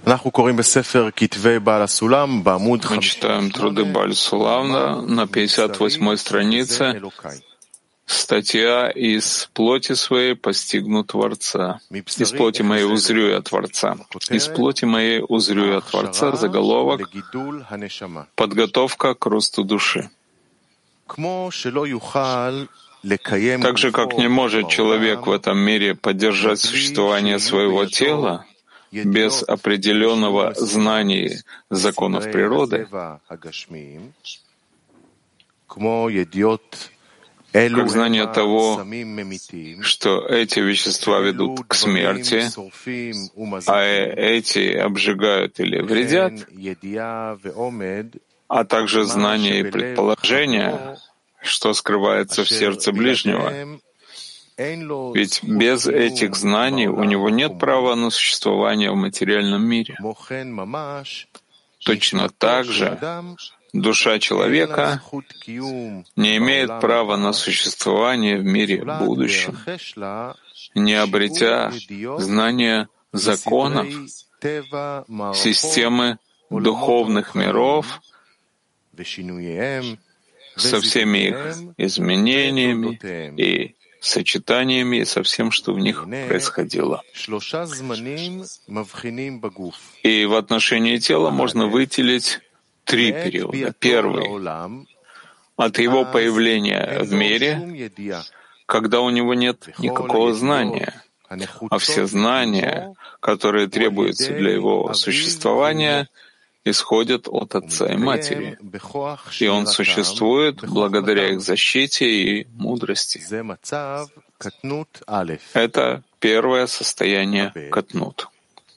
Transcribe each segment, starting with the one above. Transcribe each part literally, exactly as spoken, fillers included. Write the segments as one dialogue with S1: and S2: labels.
S1: Мы читаем труды Бааль-Суламна на пятьдесят восьмой странице. Статья «Из плоти своей постигну Творца». «Из плоти моей узрю я Творца». «Из плоти моей узрю я Творца» — заголовок «Подготовка к росту души». Так же, как не может человек в этом мире поддержать существование своего тела без определенного знания законов природы, как знание того, что эти вещества ведут к смерти, а эти обжигают или вредят, а также знание и предположение, что скрывается в сердце ближнего. Ведь без этих знаний у него нет права на существование в материальном мире. Точно так же душа человека не имеет права на существование в мире будущем, не обретя знания законов, системы духовных миров со всеми их изменениями и сочетаниями, и со всем, что в них происходило. И в отношении тела можно выделить три периода. Первый — от его появления в мире, когда у него нет никакого знания, а все знания, которые требуются для его существования, исходят от отца и матери, и он существует благодаря их защите и мудрости. Это первое состояние катнут.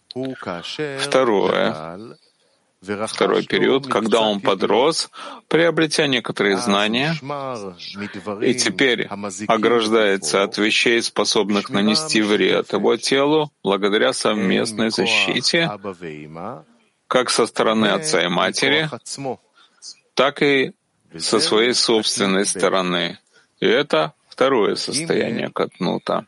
S1: Второе Второй период, когда он подрос, приобретя некоторые знания, и теперь ограждается от вещей, способных нанести вред его телу, благодаря совместной защите, как со стороны отца и матери, так и со своей собственной стороны. И это второе состояние катнута.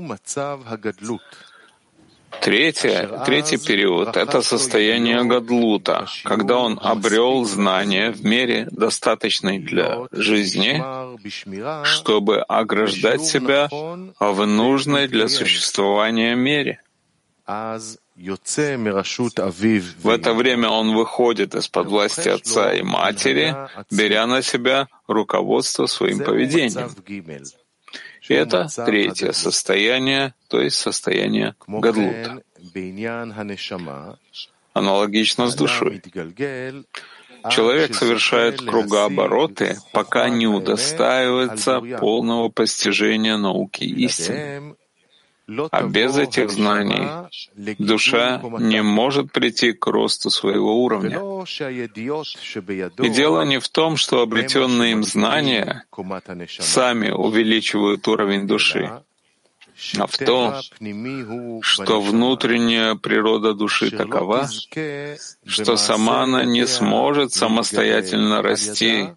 S1: Третье, третий период — это состояние гадлута, когда он обрел знания в мере, достаточной для жизни, чтобы ограждать себя в нужной для существования мере. В это время он выходит из-под власти отца и матери, беря на себя руководство своим поведением. И это третье состояние, то есть состояние гадлута. Аналогично с душой. Человек совершает кругообороты, пока не удостаивается полного постижения науки истины. А без этих знаний душа не может прийти к росту своего уровня. И дело не в том, что обретенные им знания сами увеличивают уровень души, а в том, что внутренняя природа души такова, что сама она не сможет самостоятельно расти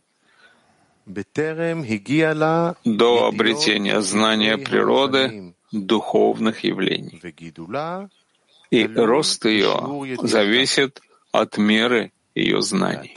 S1: до обретения знания природы духовных явлений. И рост ее зависит от меры ее знаний.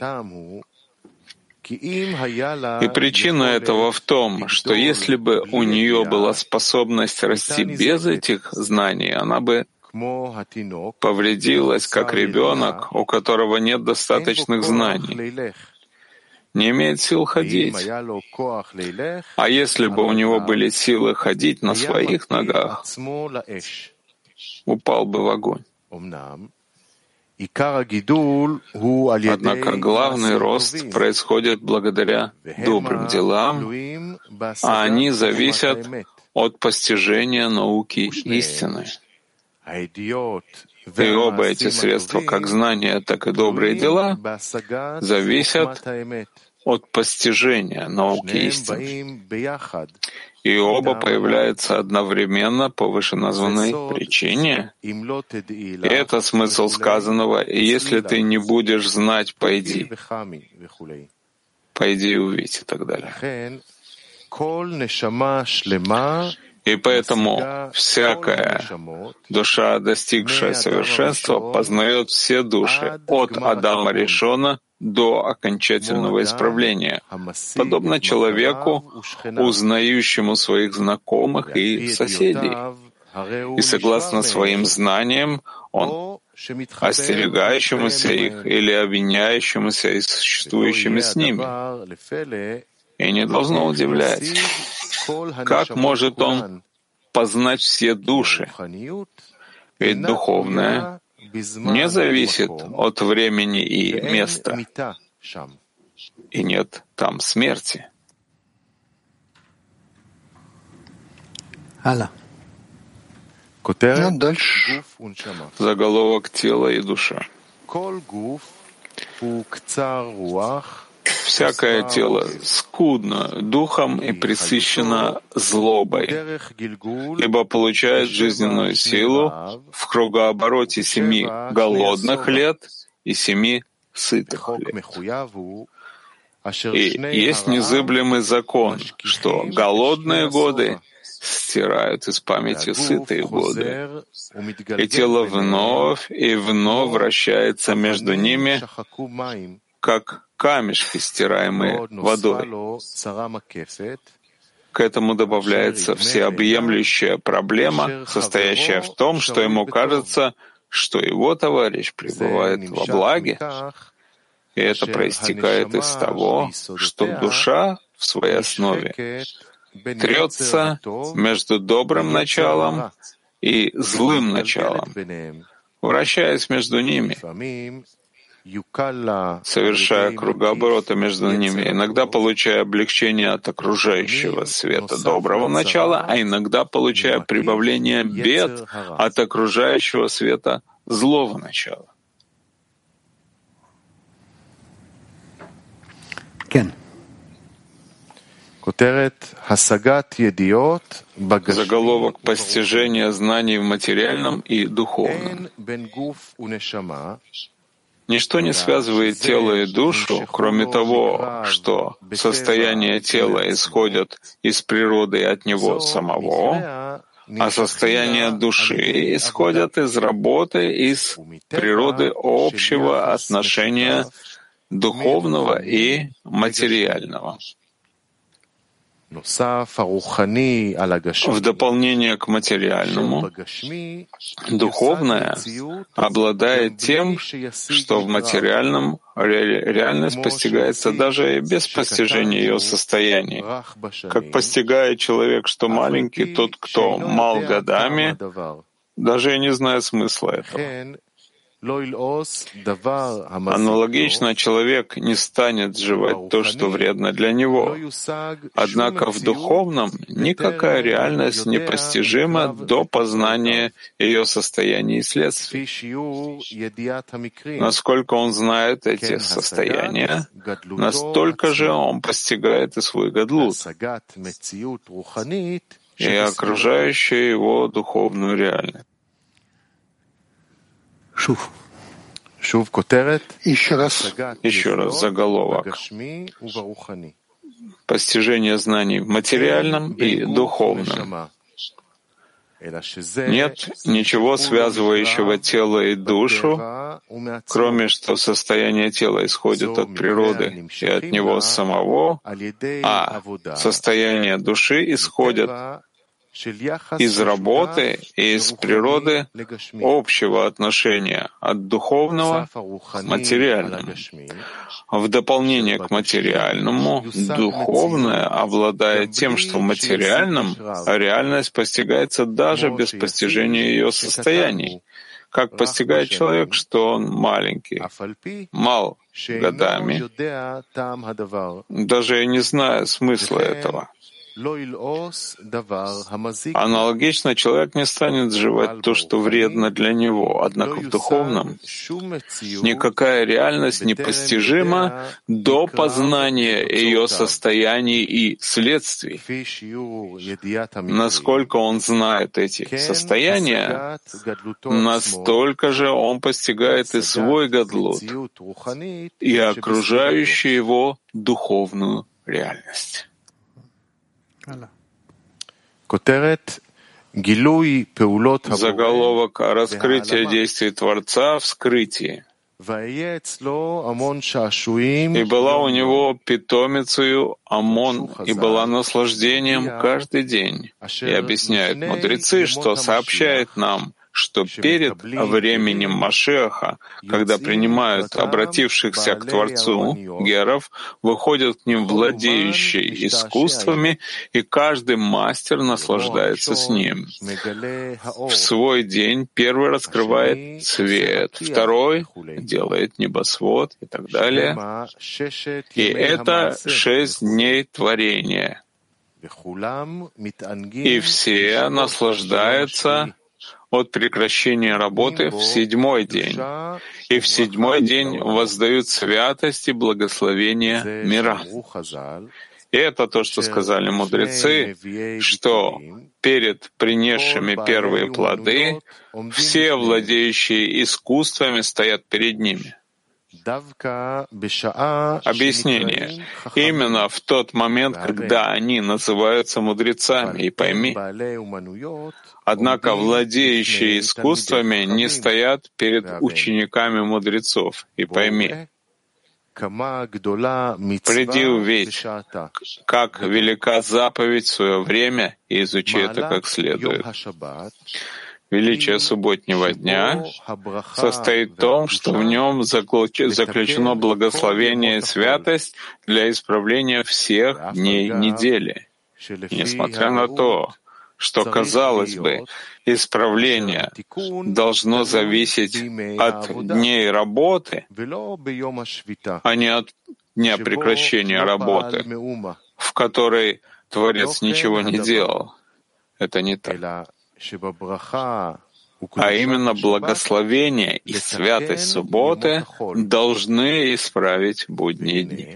S1: И причина этого в том, что если бы у нее была способность расти без этих знаний, она бы повредилась, как ребенок, у которого нет достаточных знаний, не имеет сил ходить. А если бы у него были силы ходить на своих ногах, упал бы в огонь. Однако главный рост происходит благодаря добрым делам, а они зависят от постижения науки истины. И оба эти средства, как знания, так и добрые дела, зависят от постижения науки истины. И оба появляются одновременно по вышеназванной причине. И это смысл сказанного: «И если ты не будешь знать, пойди». Пойди и увидь, и так далее. И поэтому всякая душа, достигшая совершенства, познает все души, от Адама Ришона до окончательного исправления, подобно человеку, узнающему своих знакомых и соседей. И согласно своим знаниям, он остерегающемуся их или обвиняющемуся и существующими с ними. И не должно удивлять, как может он познать все души, ведь духовное не зависит от времени и места, и нет там смерти.
S2: Ну, дальше.
S1: Заголовок «Тело и душа». Всякое тело скудно духом и пресыщено злобой, ибо получает жизненную силу в кругообороте семи голодных лет и семи сытых лет. И есть незыблемый закон, что голодные годы стирают из памяти сытые годы, и тело вновь и вновь вращается между ними, как камешки, стираемые водой. К этому добавляется всеобъемлющая проблема, состоящая в том, что ему кажется, что его товарищ пребывает во благе, и это проистекает из того, что душа в своей основе трется между добрым началом и злым началом, вращаясь между ними, совершая кругообороты между ними, иногда получая облегчение от окружающего света доброго начала, а иногда получая прибавление бед от окружающего света злого начала. Заголовок «Постижение знаний в материальном и духовном». Ничто не связывает тело и душу, кроме того, что состояние тела исходит из природы и от него самого, а состояние души исходит из работы, из природы общего отношения духовного и материального. В дополнение к материальному, духовное обладает тем, что в материальном реальность постигается даже и без постижения ее состояний. Как постигает человек, что маленький, тот, кто мал годами, даже и не знает смысла этого. Аналогично, человек не станет сживать то, что вредно для него. Однако в духовном никакая реальность не постижима до познания ее состояний и следствий. Насколько он знает эти состояния, настолько же он постигает и свой гадлут, и окружающую его духовную реальность.
S2: Еще раз.
S1: Еще раз заголовок. Постижение знаний в материальном и духовном. Нет ничего связывающего тело и душу, кроме что состояние тела исходит от природы и от него самого, а состояние души исходит из работы и из природы общего отношения от духовного к материальному. В дополнение к материальному, духовное обладает тем, что в материальном реальность постигается даже без постижения ее состояний. Как постигает человек, что он маленький, мал годами, даже и не зная смысла этого. Аналогично, человек не станет сживать то, что вредно для него, однако в духовном никакая реальность непостижима до познания ее состояний и следствий. Насколько он знает эти состояния, настолько же он постигает и свой гадлут, и окружающую его духовную реальность. Заголовок «Раскрытие действий Творца в скрытии». «И была у него питомицею Амон, и была наслаждением каждый день». И объясняют мудрецы, что сообщает нам, что перед временем Машиаха, когда принимают обратившихся к Творцу геров, выходят к ним владеющие искусствами, и каждый мастер наслаждается с ним. В свой день первый раскрывает свет, второй делает небосвод и так далее. И это шесть дней творения. И все наслаждаются от прекращения работы в седьмой день, и в седьмой день воздают святость и благословение мира. И это то, что сказали мудрецы, что перед принесшими первые плоды все владеющие искусствами стоят перед ними. Объяснение. Именно в тот момент, когда они называются мудрецами, и пойми, однако владеющие искусствами не стоят перед учениками мудрецов, и пойми, приди увидеть, как велика заповедь в свое время, и изучи это как следует. Величие субботнего дня состоит в том, что в нем заключено благословение и святость для исправления всех дней недели. И несмотря на то, что, казалось бы, исправление должно зависеть от дней работы, а не от дня прекращения работы, в которой Творец ничего не делал. Это не так. А именно благословение и святость субботы должны исправить будние дни.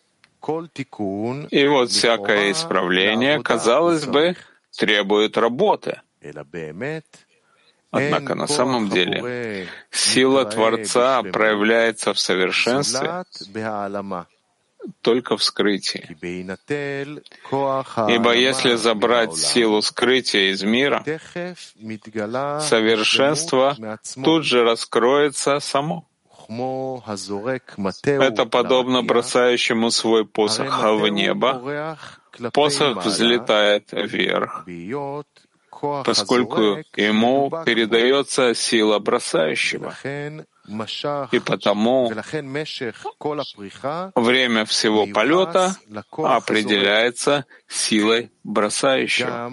S1: И вот всякое исправление, казалось бы, требует работы. Однако на самом деле сила Творца проявляется в совершенстве только в скрытии. Ибо если забрать силу скрытия из мира, совершенство тут же раскроется само. Это подобно бросающему свой посох в небо. Посох взлетает вверх, поскольку ему передается сила бросающего. И потому время всего полета определяется силой бросающего.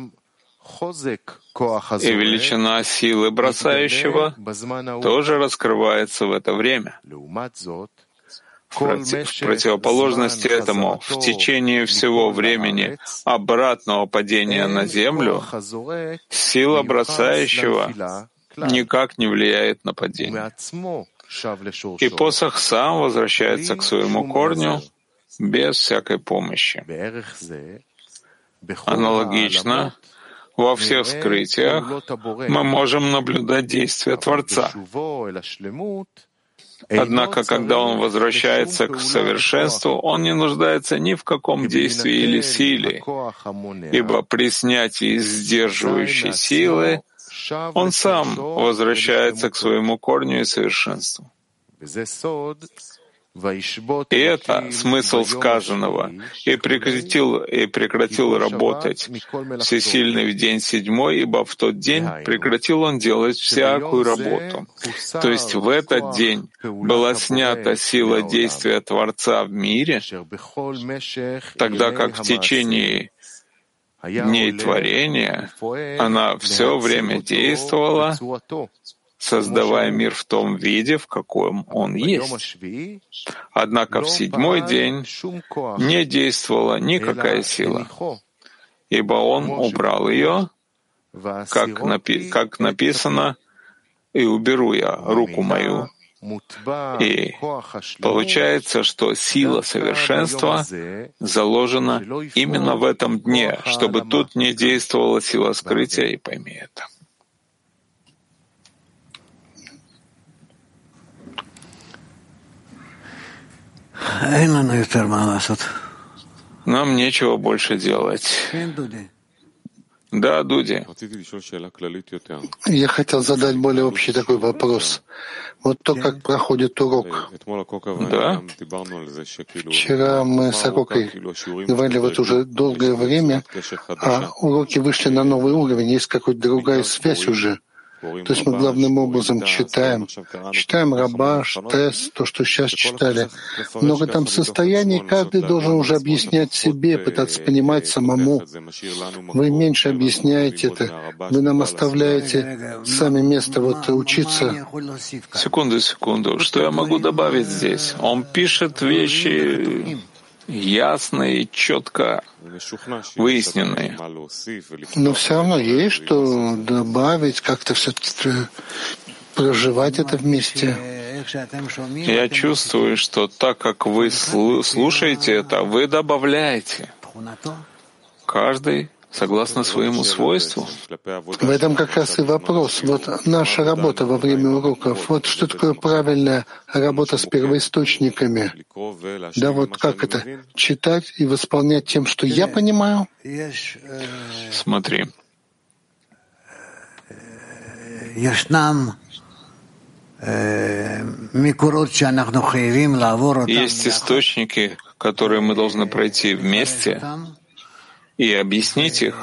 S1: И величина силы бросающего тоже раскрывается в это время. В противоположности этому, в течение всего времени обратного падения на землю, сила бросающего никак не влияет на падение. И посох сам возвращается к своему корню без всякой помощи. Аналогично, во всех скрытиях мы можем наблюдать действия Творца. Однако, когда он возвращается к совершенству, он не нуждается ни в каком действии или силе, ибо при снятии сдерживающей силы он сам возвращается к своему корню и совершенству. И это смысл сказанного. И прекратил, и прекратил работать всесильный в день седьмой, ибо в тот день прекратил он делать всякую работу. То есть в этот день была снята сила действия Творца в мире, тогда как в течение дней творения она все время действовала, создавая мир в том виде, в каком он есть. Однако в седьмой день не действовала никакая сила, ибо он убрал ее, как, напи- как написано, «И уберу я руку мою». И получается, что сила совершенства заложена именно в этом дне, чтобы тут не действовала сила скрытия, и пойми это.
S3: Нам нечего больше делать.
S1: Да, Дуди.
S2: Я хотел задать более общий такой вопрос. Вот то, как проходит урок.
S1: Да.
S2: Вчера мы с Акокой говорили вот уже долгое время, а уроки вышли на новый уровень, есть какая-то другая связь уже. То есть мы главным образом читаем, читаем Рабаш, Тес, то, что сейчас читали. Много там состояний, каждый должен уже объяснять себе, пытаться понимать самому. Вы меньше объясняете это, вы нам оставляете сами место вот учиться.
S1: Секунду, секунду. Что я могу добавить здесь? Он пишет вещи ясные, четко выясненные.
S2: Но все равно есть что добавить, как-то все-таки проживать это вместе.
S1: Я чувствую, что так как вы слушаете это, вы добавляете. Каждый согласно своему свойству.
S2: В этом как раз и вопрос. Вот наша работа во время уроков. Вот что такое правильная работа с первоисточниками? Да, вот как это? Читать и восполнять тем, что я понимаю?
S1: Смотри. Есть источники, которые мы должны пройти вместе, и объяснить их,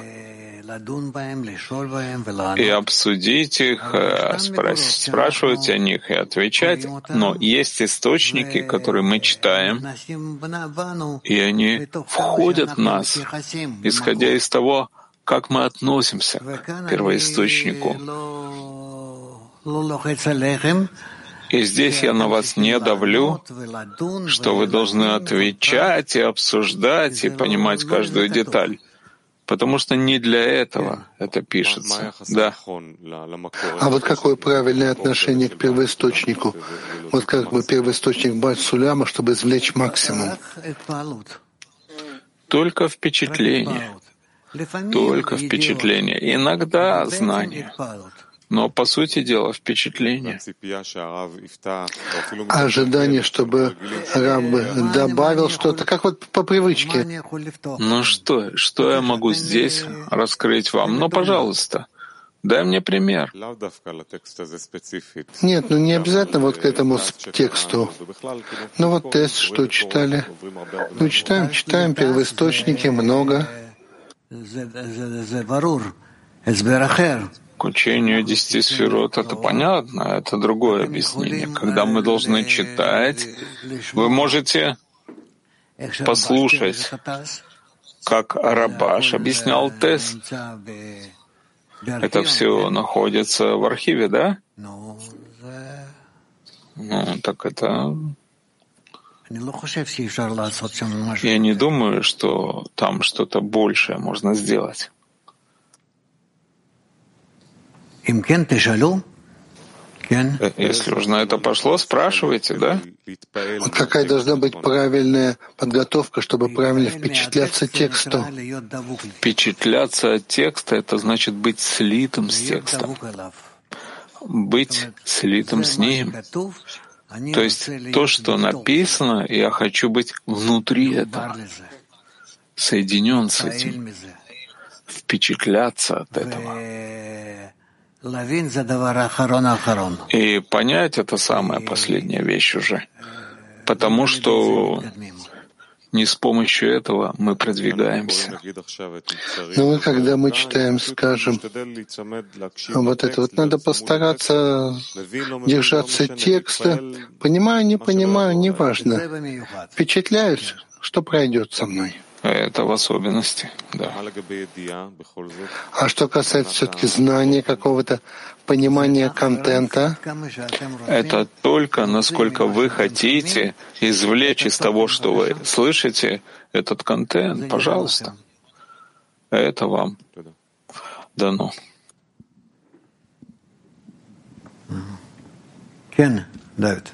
S1: и обсудить их, спросить, спрашивать о них и отвечать. Но есть источники, которые мы читаем, и они входят в нас, исходя из того, как мы относимся к первоисточнику. И здесь я на вас не давлю, что вы должны отвечать и обсуждать и понимать каждую деталь, потому что не для этого это пишется. Да.
S2: А вот какое правильное отношение к первоисточнику? Вот как бы первоисточник Бааль Суляма, чтобы извлечь максимум.
S1: Только впечатление. Только впечатление. Иногда знание. Но, по сути дела, впечатление.
S2: Ожидание, чтобы Раб добавил что-то, как вот по привычке.
S1: Ну что, что я могу здесь раскрыть вам? Ну, пожалуйста, дай мне пример.
S2: Нет, ну не обязательно вот к этому тексту. Ну вот тест, что читали. Ну читаем, читаем первоисточники, много.
S1: К учению десяти сферот это понятно, это другое объяснение. Когда мы должны читать, вы можете послушать, как Рабаш объяснял Тес. Это все находится в архиве, да? Ну, так это... Я не думаю, что там что-то большее можно сделать. Если уж на это пошло, спрашивайте, да?
S2: Вот какая должна быть правильная подготовка, чтобы правильно впечатляться тексту?
S1: Впечатляться от текста — это значит быть слитым с текстом. Быть слитым с ним. То есть то, что написано, я хочу быть внутри этого, соединен с этим, впечатляться от этого. И понять — это самая последняя вещь уже. Потому что не с помощью этого мы продвигаемся.
S2: Но вот когда мы читаем, скажем, вот это вот надо постараться держаться текста. Понимаю, не понимаю, неважно. Впечатляюсь, что пройдет со мной.
S1: Это в особенности, да.
S2: А что касается все-таки знания какого-то, понимания контента,
S1: это только насколько вы хотите извлечь из того, что вы слышите, этот контент, пожалуйста. Это вам дано.
S3: Кен, Давид.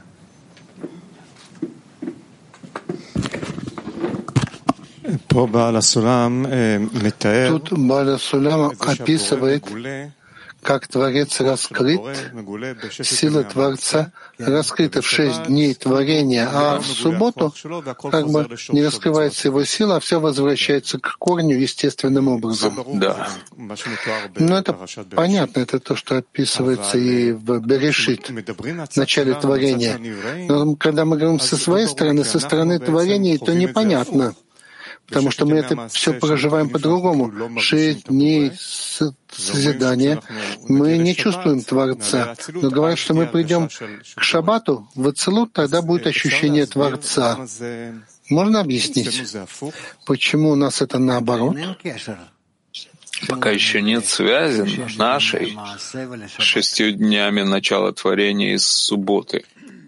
S2: Тут Бааль Сулам описывает, как Творец раскрыт, сила Творца раскрыта в шесть дней творения, а в субботу как бы не раскрывается его сила, а все возвращается к корню естественным образом.
S1: Да.
S2: Но это понятно, это то, что описывается и в Берешит, в начале творения. Но когда мы говорим со своей стороны, со стороны творения, то непонятно, потому что мы это все проживаем по-другому. Шесть дней созидания мы не чувствуем Творца, но говорят, что мы придем к Шаббату, в Ацилут, тогда будет ощущение Творца. Можно объяснить, почему у нас это наоборот?
S1: Пока еще нет связи нашей с шестью днями начала творения из субботы.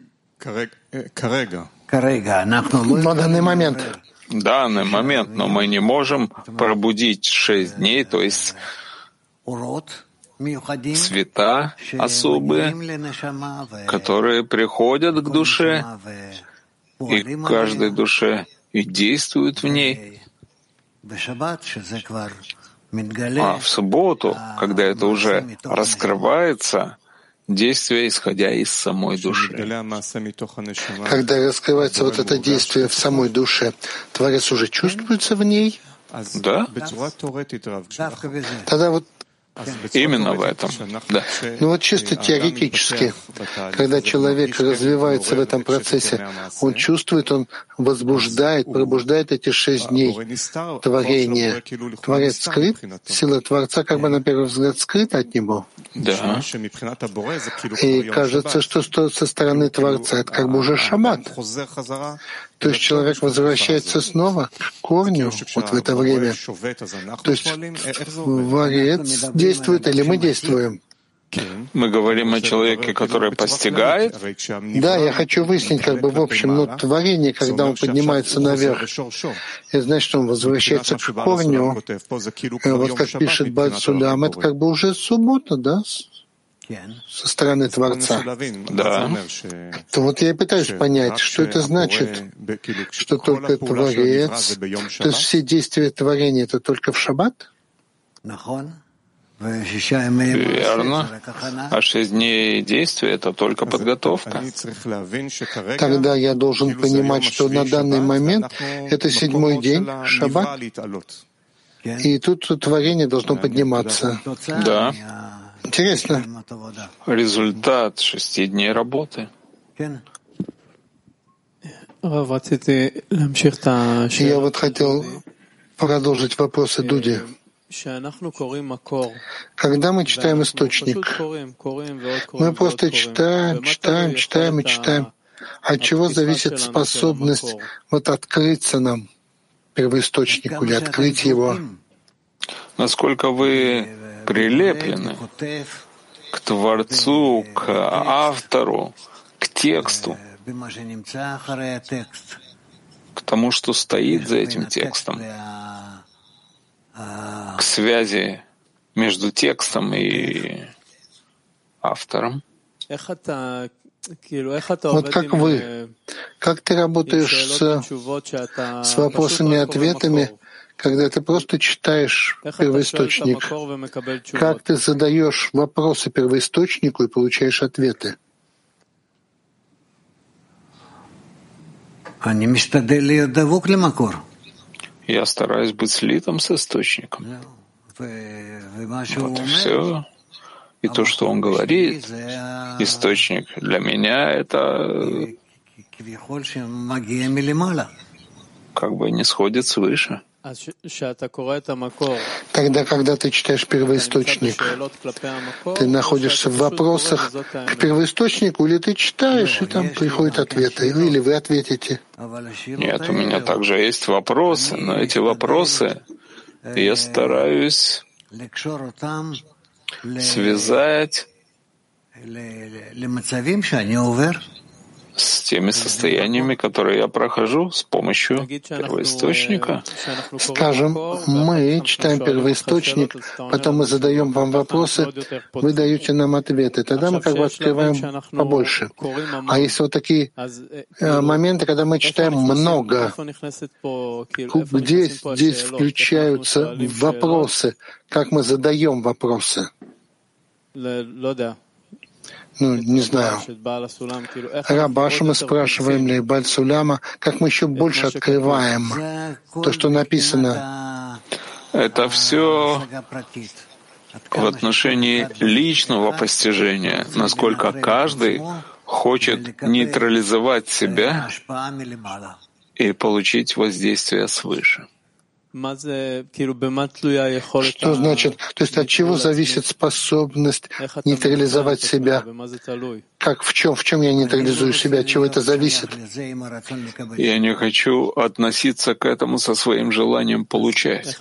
S2: На данный момент.
S1: Данный момент, но мы не можем пробудить шесть дней, то есть цвета особые, которые приходят к душе и к каждой душе и действуют в ней. А в субботу, когда это уже раскрывается, действие, исходя из самой души.
S2: Когда раскрывается вот это действие в самой душе, Творец уже чувствуется в ней?
S1: Да.
S2: Тогда вот
S1: именно в этом. Да.
S2: Ну вот чисто теоретически, когда человек развивается в этом процессе, он чувствует, он возбуждает, пробуждает эти шесть дней творения. Творец скрыт, сила Творца как бы на первый взгляд скрыта от него.
S1: Да.
S2: И кажется, что со стороны Творца это как бы уже шаббат. То есть человек возвращается снова к корню вот в это время. То есть Творец действует или мы действуем?
S1: Мы говорим о человеке, который постигает.
S2: Да, я хочу выяснить, как бы в общем, ну, творение, когда он поднимается наверх, это значит, что он возвращается к корню. Вот как пишет Бааль Сулам, это как бы уже суббота, да? Со стороны Творца.
S1: Да.
S2: То вот я и пытаюсь понять, что это значит, что только Творец, то есть все действия творения — это только в шаббат?
S1: Верно. А шесть дней действия — это только подготовка.
S2: Тогда я должен понимать, что на данный момент это седьмой день, шаббат, и тут творение должно подниматься.
S1: Да.
S2: Интересно.
S1: Результат шести дней работы.
S2: Я вот хотел продолжить вопросы Дуди. Когда мы читаем источник, мы просто читаем, читаем, читаем и читаем. От чего зависит способность вот открыться нам, первоисточнику, или открыть его?
S1: Насколько вы прилеплены к Творцу, к автору, к тексту, к тому, что стоит за этим текстом, к связи между текстом и автором.
S2: Вот как вы, как ты работаешь с, с вопросами и ответами, когда ты просто читаешь первоисточник? Как ты задаешь вопросы первоисточнику и получаешь ответы?
S1: Я стараюсь быть слитым с источником. Вот и все. И то, что он говорит, источник для меня — это как бы не сходит свыше.
S2: Тогда, когда ты читаешь первоисточник, ты находишься в вопросах к первоисточнику, или ты читаешь, и там приходят ответы, или вы ответите?
S1: Нет, у меня также есть вопросы, но эти вопросы я стараюсь связать с теми состояниями, которые я прохожу с помощью первоисточника.
S2: Скажем, мы читаем первоисточник, потом мы задаем вам вопросы, вы даете нам ответы. Тогда мы как бы открываем побольше. А есть вот такие моменты, когда мы читаем много, где здесь включаются вопросы, как мы задаем вопросы. Ну, не знаю. Рабаша мы спрашиваем ли Баль Суляма, как мы еще больше открываем то, что написано.
S1: Это все в отношении личного постижения, насколько каждый хочет нейтрализовать себя и получить воздействие свыше.
S2: Что значит? То есть от чего зависит способность нейтрализовать себя? Как, в чем, в чем я нейтрализую себя? От чего это зависит?
S1: Я не хочу относиться к этому со своим желанием получать.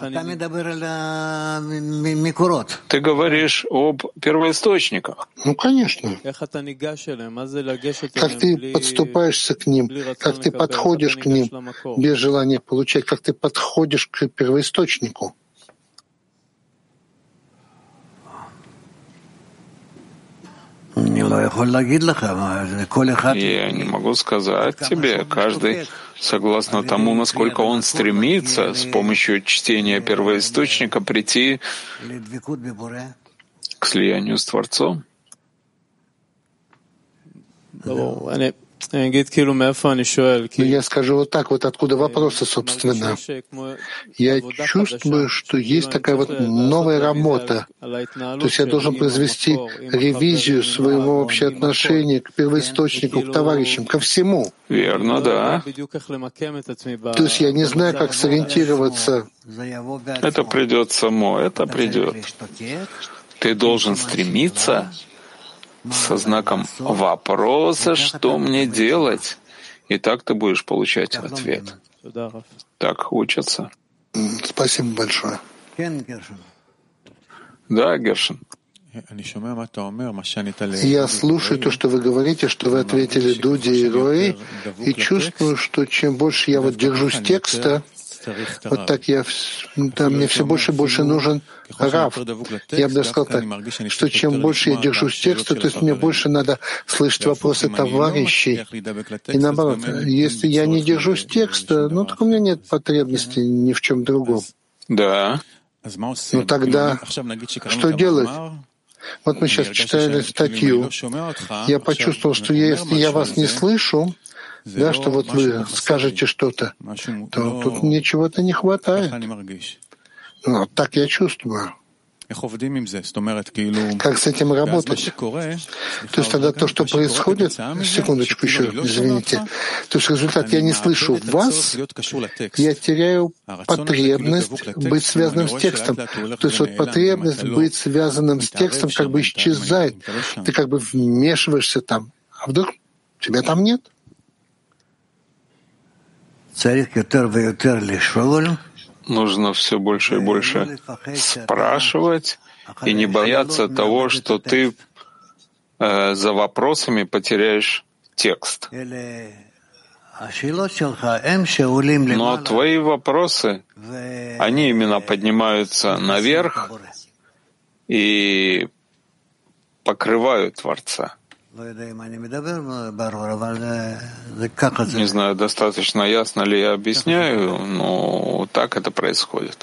S1: Ты говоришь об первоисточниках.
S2: Ну, конечно. Как ты подступаешься к ним, как ты подходишь к ним без желания получать, как ты подходишь к первоисточнику.
S1: Я не могу сказать тебе, каждый согласно тому, насколько он стремится с помощью чтения первоисточника прийти к слиянию с Творцом.
S2: Я скажу вот так, вот откуда вопросы, собственно. Я чувствую, что есть такая вот новая работа. То есть я должен произвести ревизию своего вообще отношения к первоисточнику, к товарищам, ко всему.
S1: Верно, да.
S2: То есть я не знаю, как сориентироваться.
S1: Это придет само, это придет. Ты должен стремиться со знаком вопроса, что мне делать, и так ты будешь получать ответ. Так учатся.
S2: Спасибо большое.
S1: Да, Гершин.
S2: Я слушаю то, что вы говорите, что вы ответили Дуде и Рои, и чувствую, что чем больше я вот держусь текста, вот так я, да, мне все больше и больше нужен Рав. Я бы даже сказал так, что чем больше я держусь текста, то есть мне больше надо слышать вопросы товарищей. И наоборот, если я не держусь текста, ну так у меня нет потребности ни в чем другом.
S1: Да.
S2: Ну тогда что делать? Вот мы сейчас читали статью. Я почувствовал, что если я вас не слышу, да, что вот вы скажете что-то, то тут ничего-то не хватает. Ну, так я чувствую. Как с этим работать? То есть тогда то, что происходит, секундочку еще, извините, то есть результат, я не слышу вас, я теряю потребность быть связанным с текстом. То есть вот потребность быть связанным с текстом как бы исчезает. Ты как бы вмешиваешься там, а вдруг тебя там нет.
S1: Нужно все больше и больше спрашивать и не бояться того, что ты э, за вопросами потеряешь текст. Но твои вопросы, они именно поднимаются наверх и покрывают Творца. Не знаю, достаточно ясно ли я объясняю, но так это происходит.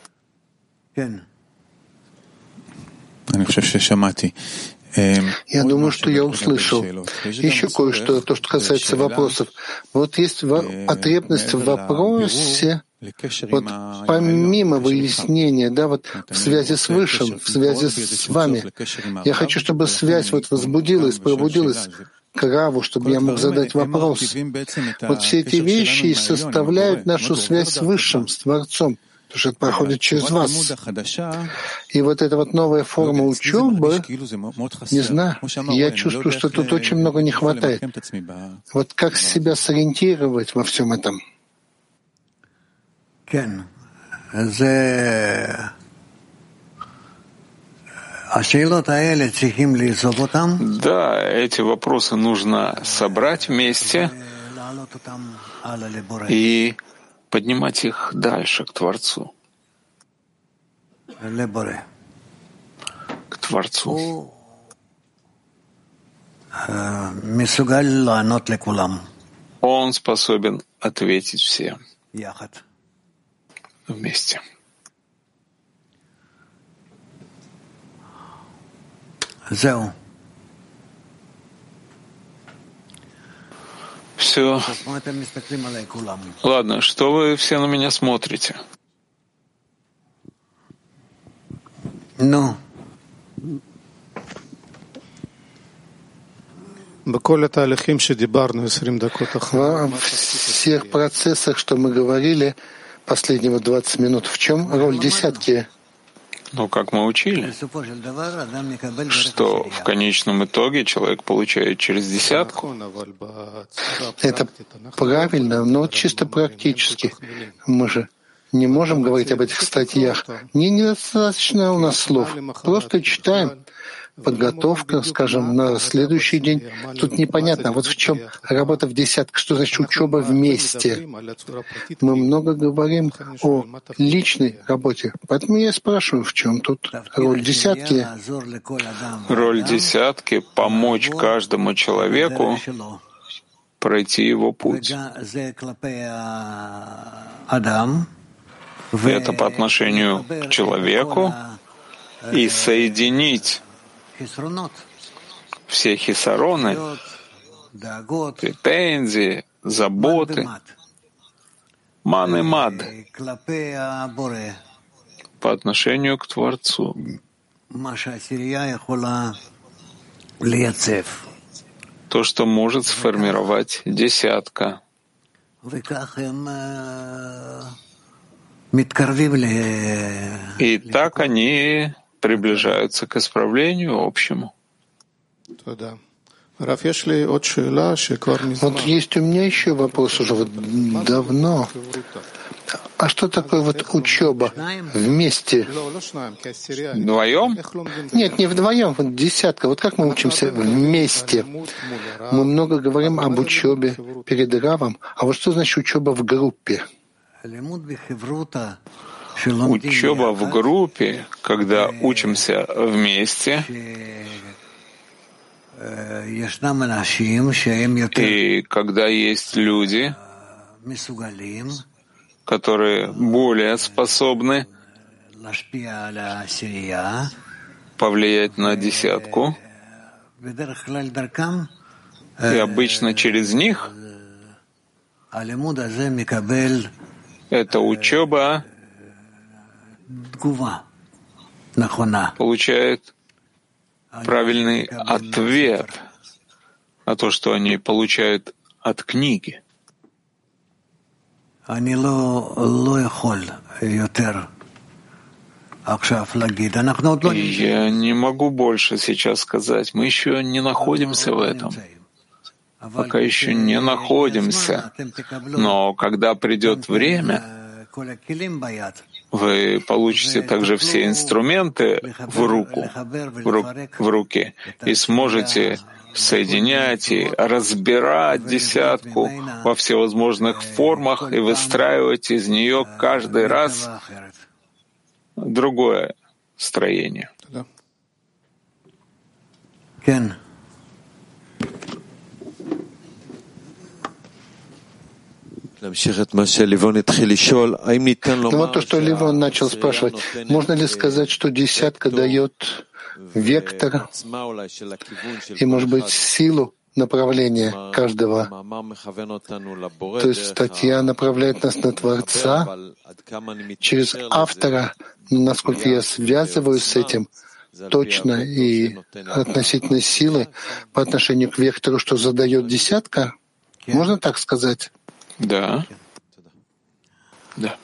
S2: Я думаю, что я услышал. Еще кое-что, то, что касается вопросов. Вот есть потребность в вопросе, вот помимо выяснения, да, вот в связи с Высшим, в связи с вами. Я хочу, чтобы связь вот возбудилась, пробудилась к Раву, чтобы я мог задать вопрос. Вот все эти вещи и составляют нашу связь с Высшим, с Творцом. Потому что это проходит через вас. И вот эта вот новая форма учебы, не знаю, я чувствую, что тут очень много не хватает. Вот как себя сориентировать во всем этом?
S1: Да, эти вопросы нужно собрать вместе и поднимать их дальше, к Творцу. К Творцу. Он способен ответить всем. Вместе. Все. Ладно, что вы все на меня смотрите?
S2: Ну. Во всех процессах, что мы говорили последние двадцать минут, в чем роль десятки?
S1: Ну, как мы учили, что в конечном итоге человек получает через десятку.
S2: Это правильно, но чисто практически. Мы же не можем говорить об этих статьях. Не недостаточно у нас слов. Просто читаем. Подготовка, скажем, на следующий день. Тут непонятно, вот в чем работа в десятке, что значит учеба вместе. Мы много говорим о личной работе. Поэтому я спрашиваю, в чем тут роль десятки?
S1: Роль десятки — помочь каждому человеку пройти его путь. Это по отношению к человеку и соединить все хисароны, претензии, заботы, ман и мад по отношению к Творцу. То, что может сформировать десятка. И так они приближаются к исправлению общему.
S2: Вот есть у меня еще вопрос уже вот давно. А что такое вот учеба вместе?
S1: Вдвоем?
S2: Нет, не вдвоем, вот десятка. Вот как мы учимся вместе? Мы много говорим об учебе перед Равом. А вот что значит учеба в группе?
S1: Учеба в группе, когда учимся вместе, и когда есть люди, которые более способны повлиять на десятку, и обычно через них эта учеба получает правильный ответ на то, что они получают от книги.
S2: Я
S1: не могу больше сейчас сказать. Мы еще не находимся в этом. Пока еще не находимся. Но когда придет время, вы получите также все инструменты в руку, в, ру, в руки, и сможете соединять и разбирать десятку во всевозможных формах и выстраивать из нее каждый раз другое строение.
S2: Ну вот то, что Ливон начал спрашивать, можно ли сказать, что десятка дает вектор и, может быть, силу направления каждого? То есть статья направляет нас на Творца через автора, но насколько я связываюсь с этим точно и относительно силы по отношению к вектору, что задает десятка, можно так сказать?
S1: Да. Да.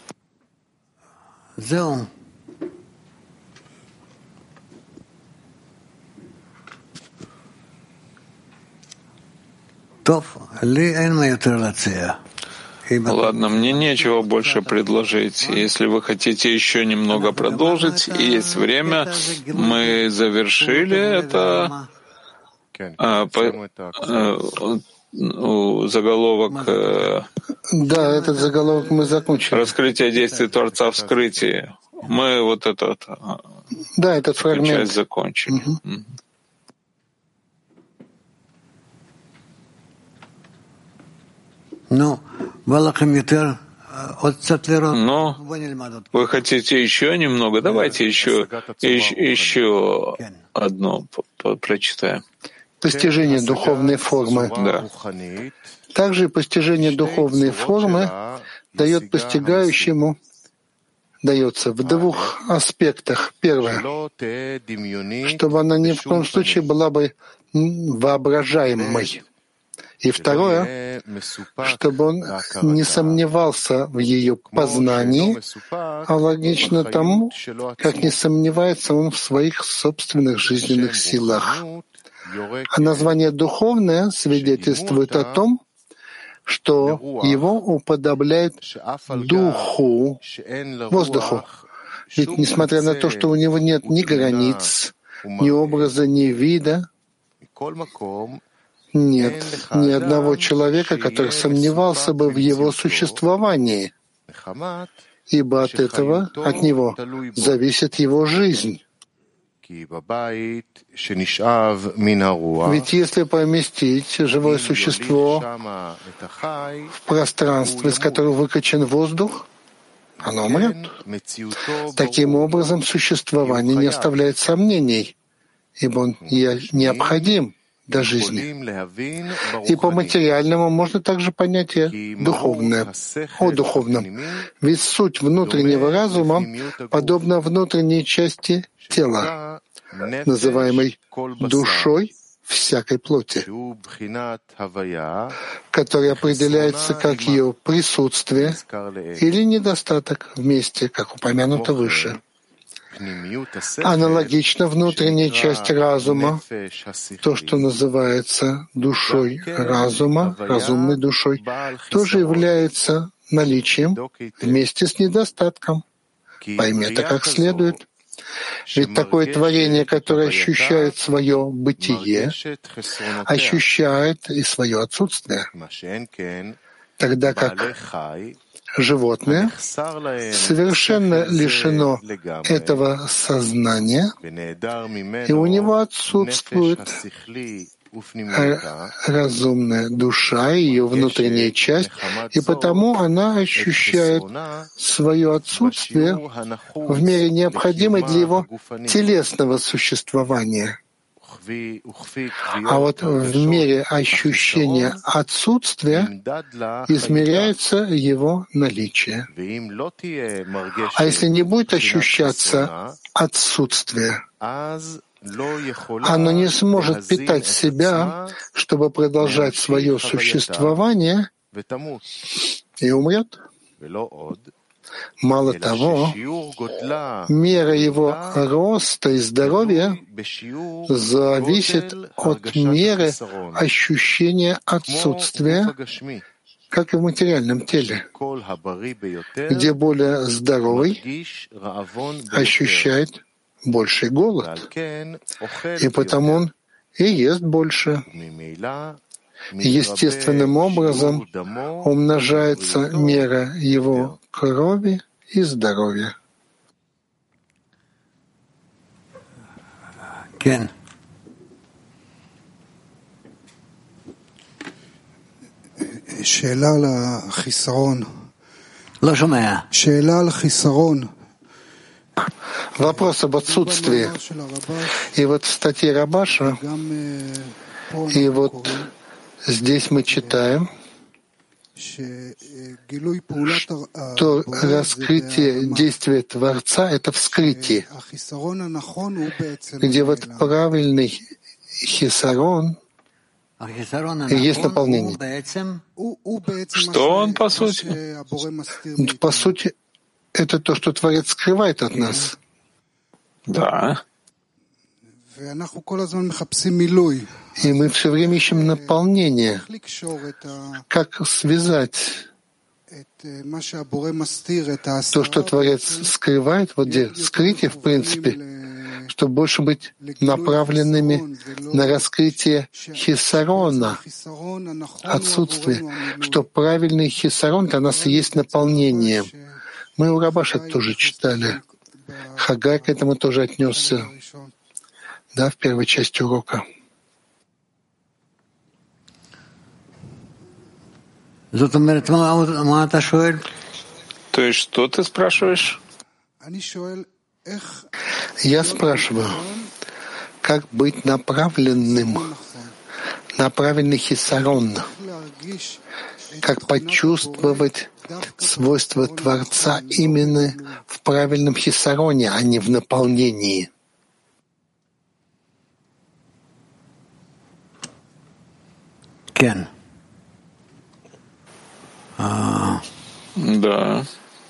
S1: Ладно, мне нечего больше предложить. Если вы хотите еще немного продолжить, и есть время, мы завершили это. А, по, а, заголовок.
S2: Да, этот заголовок мы закончили.
S1: Раскрытие действий Творца в скрытии. Мы вот этот.
S2: Да, этот фрагмент.
S1: Часть закончили. Угу.
S2: Ну,
S1: Но вы хотите еще немного? Давайте еще, еще, еще одно прочитаем.
S2: Постижение духовной формы.
S1: Да.
S2: Также постижение духовной формы дает постигающему, дается в двух аспектах. Первое, чтобы она ни в коем случае была бы воображаемой. И второе, чтобы он не сомневался в ее познании, а логично тому, как не сомневается он в своих собственных жизненных силах. А название «духовное» свидетельствует о том, что его уподобляет духу, воздуху. Ведь несмотря на то, что у него нет ни границ, ни образа, ни вида, нет ни одного человека, который сомневался бы в его существовании, ибо от этого, от него, зависит его жизнь. Ведь если поместить живое существо в пространство, из которого выкачан воздух, оно умрет. Таким образом, существование не оставляет сомнений, ибо он необходим до жизни. И по материальному можно также понятие духовное, о духовном. Ведь суть внутреннего разума подобна внутренней части тела, называемой душой всякой плоти, которая определяется как ее присутствие или недостаток вместе, как упомянуто выше. Аналогично внутренняя часть разума, то, что называется душой разума, разумной душой, тоже является наличием вместе с недостатком. Пойми это как следует. Ведь такое творение, которое ощущает свое бытие, ощущает и свое отсутствие, тогда как животное совершенно лишено этого сознания, и у него отсутствует разумная душа, ее внутренняя часть, и потому она ощущает свое отсутствие в мере необходимой для его телесного существования. А вот в мере ощущения отсутствия измеряется его наличие. А если не будет ощущаться отсутствие, оно не сможет питать себя, чтобы продолжать свое существование, и умрет. Мало того, мера его роста и здоровья зависит от меры ощущения отсутствия, как и в материальном теле, где более здоровый ощущает больший голод, и потому он и ест больше. Естественным образом умножается мера его крови и здоровья.
S3: Кен. שאלה על החיסרון. לא שומע. שאלה על החיסרון.
S2: Вопрос об отсутствии. И вот в статье Рабаша, и вот здесь мы читаем, что раскрытие действия Творца — это вскрытие, где вот правильный хисарон и есть наполнение.
S1: Что он, по сути?
S2: По сути, это то, что Творец скрывает от нас.
S1: Да.
S2: И мы все время ищем наполнение. Как связать то, что Творец скрывает, вот где скрытие, в принципе, чтобы больше быть направленными на раскрытие хисарона, отсутствие, что правильный хисарон для нас и есть наполнение. Мы у Рабаша тоже читали. Хагай к этому тоже отнесся. Да, в первой части урока.
S1: То есть что ты спрашиваешь?
S2: Я спрашиваю, как быть направленным на правильный хисарон, как почувствовать свойства Творца именно в правильном хисароне, а не в наполнении.
S4: Кен.
S1: А... Да.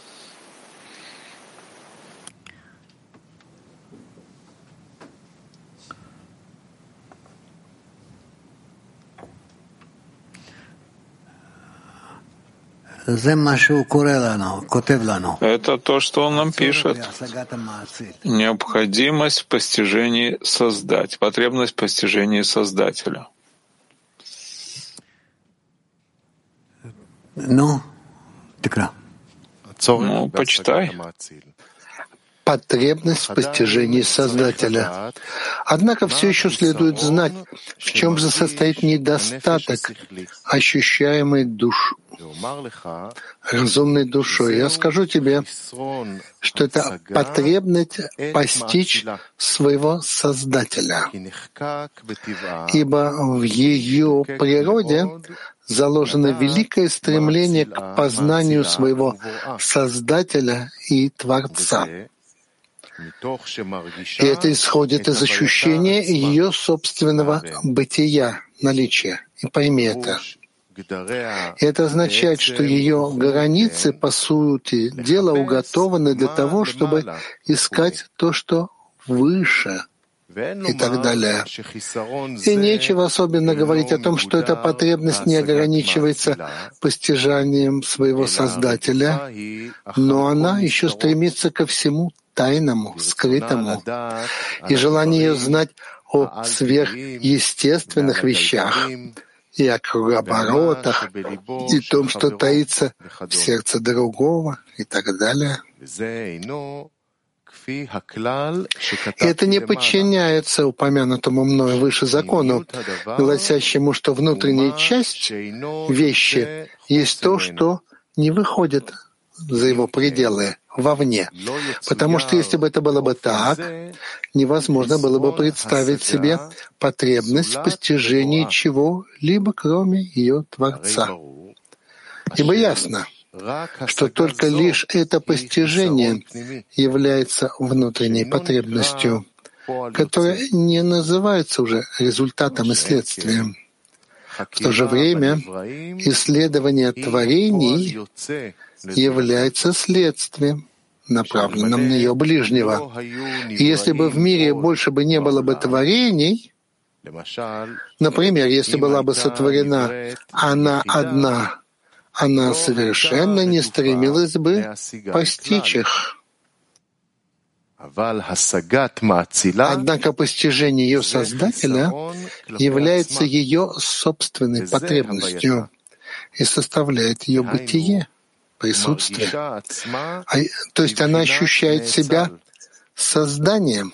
S1: Это то, что он нам пишет. Необходимость в постижении создать, потребность в постижении Создателя.
S4: Ну,
S1: ну, почитай.
S2: Потребность в постижении Создателя. Однако все еще следует знать, в чем же состоит недостаток, ощущаемый душ, разумной душой. Я скажу тебе, что это потребность постичь своего Создателя, ибо в ее природе заложено великое стремление к познанию своего Создателя и Творца. И это исходит из ощущения ее собственного бытия, наличия. И пойми это. И это означает, что ее границы, по сути дела, уготованы для того, чтобы искать то, что выше, и так далее. И нечего особенно говорить о том, что эта потребность не ограничивается постижанием своего Создателя, но она еще стремится ко всему тайному, скрытому. И желание ее знать о сверхъестественных вещах, и о кругооборотах, и том, что таится в сердце другого, и так далее. И это не подчиняется упомянутому мною выше закону, гласящему, что внутренняя часть вещи есть то, что не выходит за его пределы, вовне. Потому что если бы это было бы так, невозможно было бы представить себе потребность в постижении чего-либо, кроме ее Творца. Ибо ясно, что только лишь это постижение является внутренней потребностью, которая не называется уже результатом и следствием. В то же время исследование творений является следствием, направленным на ее ближнего. И если бы в мире больше бы не было бы творений, например, если была бы сотворена она одна, она совершенно не стремилась бы постичь их. Однако постижение ее Создателя является ее собственной потребностью и составляет ее бытие, присутствие. А, то есть она ощущает себя созданием.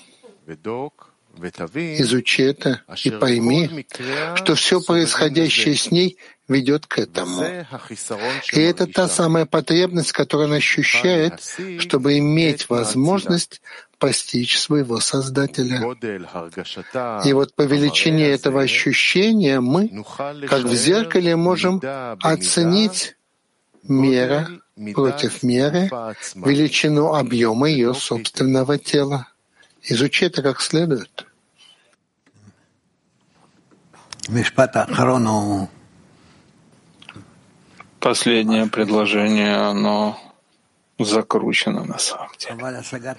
S2: Изучи это и пойми, что все происходящее с ней ведет к этому. И это та самая потребность, которую она ощущает, чтобы иметь возможность постичь своего Создателя. И вот по величине этого ощущения мы, как в зеркале, можем оценить мера против меры, величину объема ее собственного тела. Изучи это как следует.
S1: Последнее предложение, оно закручено на самом деле.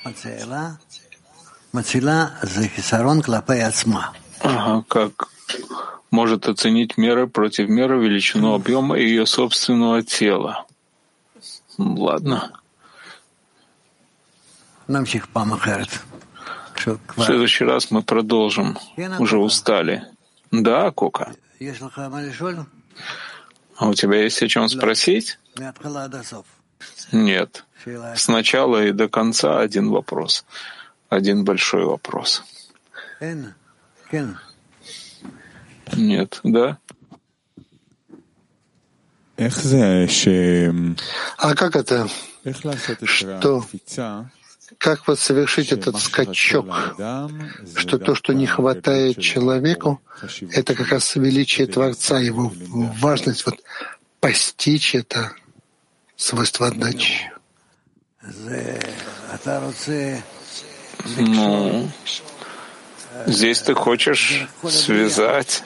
S1: Ага, как может оценить мера против меры величину объема ее собственного тела. Ладно. В следующий раз мы продолжим. Уже устали. Да, Кока? А у тебя есть о чем спросить? Нет. Сначала и до конца один вопрос. Один большой вопрос. Нет, да?
S2: А как это, что Как вот совершить этот скачок, что то, что не хватает человеку, это как раз величие Творца, его важность, вот постичь это свойство отдачи.
S1: Ну, здесь ты хочешь связать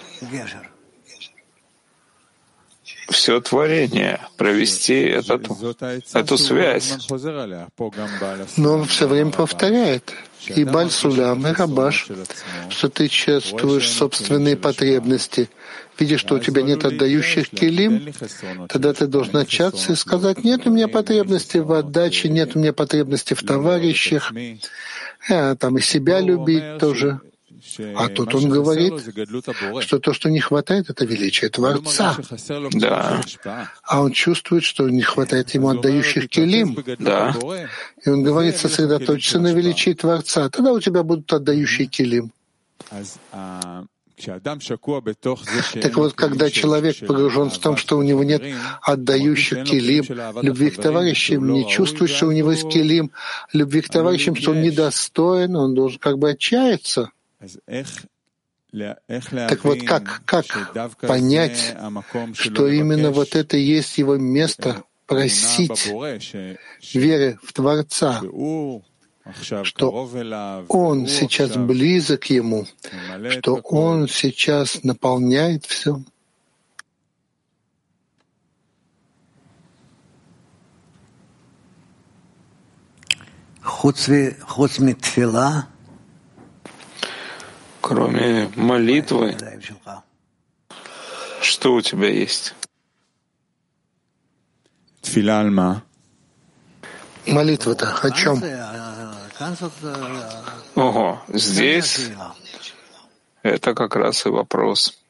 S1: все творение, провести этот, эту связь.
S2: Но он все время повторяет. И Баль Сулам, и Рабаш, что ты чувствуешь собственные потребности. Видишь, что у тебя нет отдающих килим, тогда ты должен начаться и сказать: нет у меня потребности в отдаче, нет у меня потребности в товарищах, а, там и себя любить тоже. А тут он говорит, что то, что не хватает, это величие Творца.
S1: Да.
S2: А он чувствует, что не хватает ему отдающих килим.
S1: Да.
S2: И он говорит, сосредоточься на величии Творца. Тогда у тебя будут отдающие килим. Так вот, когда человек погружен в том, что у него нет отдающих килим, любви к товарищам, не чувствует, что у него есть килим, любви к товарищам, что он недостоин, он должен как бы отчаяться. Так вот, как, как понять, что именно вот это и есть его место просить веры в Творца, что он сейчас близок к ему, что он сейчас наполняет все.
S1: Кроме молитвы, что у тебя есть?
S2: Молитва-то о чем?
S1: Ого, здесь это как раз и вопрос.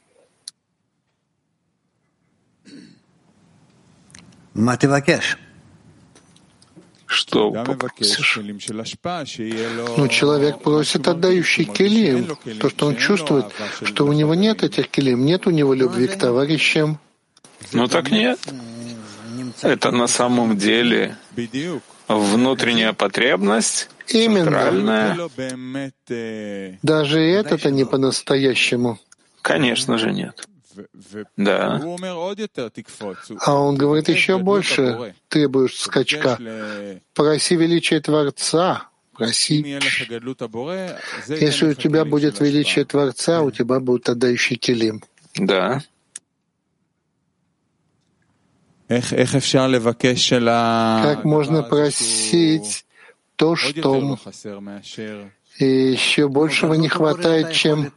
S1: Что попросишь?
S2: Ну, человек просит отдающий килим, то, что он чувствует, что у него нет этих килим, нет у него любви к товарищам.
S1: Ну так нет. Это на самом деле внутренняя потребность, центральная.
S2: Даже это-то не по-настоящему.
S1: Конечно же нет. Да.
S2: А он говорит еще больше, требуешь скачка. Проси величие Творца, проси. Если у тебя будет величие Творца, у тебя будет отдающий килим.
S1: Да.
S2: Как можно просить то, что еще большего не хватает, чем...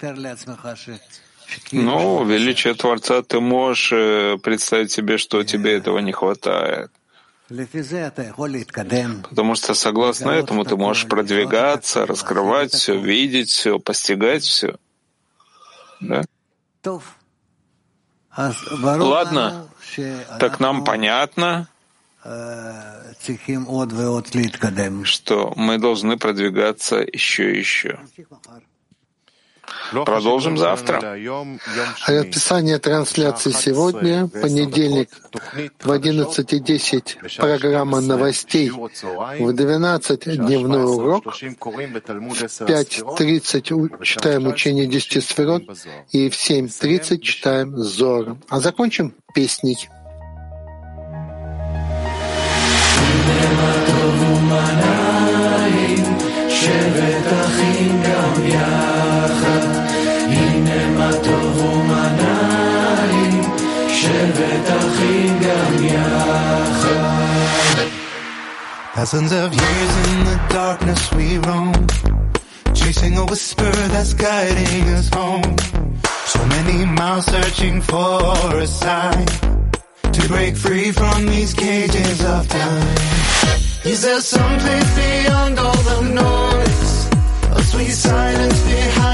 S1: Ну, величие Творца, ты можешь представить себе, что тебе этого не хватает. Потому что, согласно этому, ты можешь продвигаться, раскрывать все, видеть все, постигать все. Да? Ладно, так нам понятно, что мы должны продвигаться еще и еще. Продолжим завтра.
S2: Расписание трансляции сегодня, понедельник, в одиннадцать десять программа новостей, в двенадцать дневной урок, в пять тридцать читаем учение десяти сферот и в семь тридцать читаем Зор. А закончим песней. שבט אחים גם יחד, הנה מה טוב ומה נעים, שבט אחים גם יחד. Thousands of years in the darkness we roam, chasing a whisper that's guiding us home. So many miles searching for a sign to break free from these cages of time. Is there some place beyond all the noise, a sweet silence behind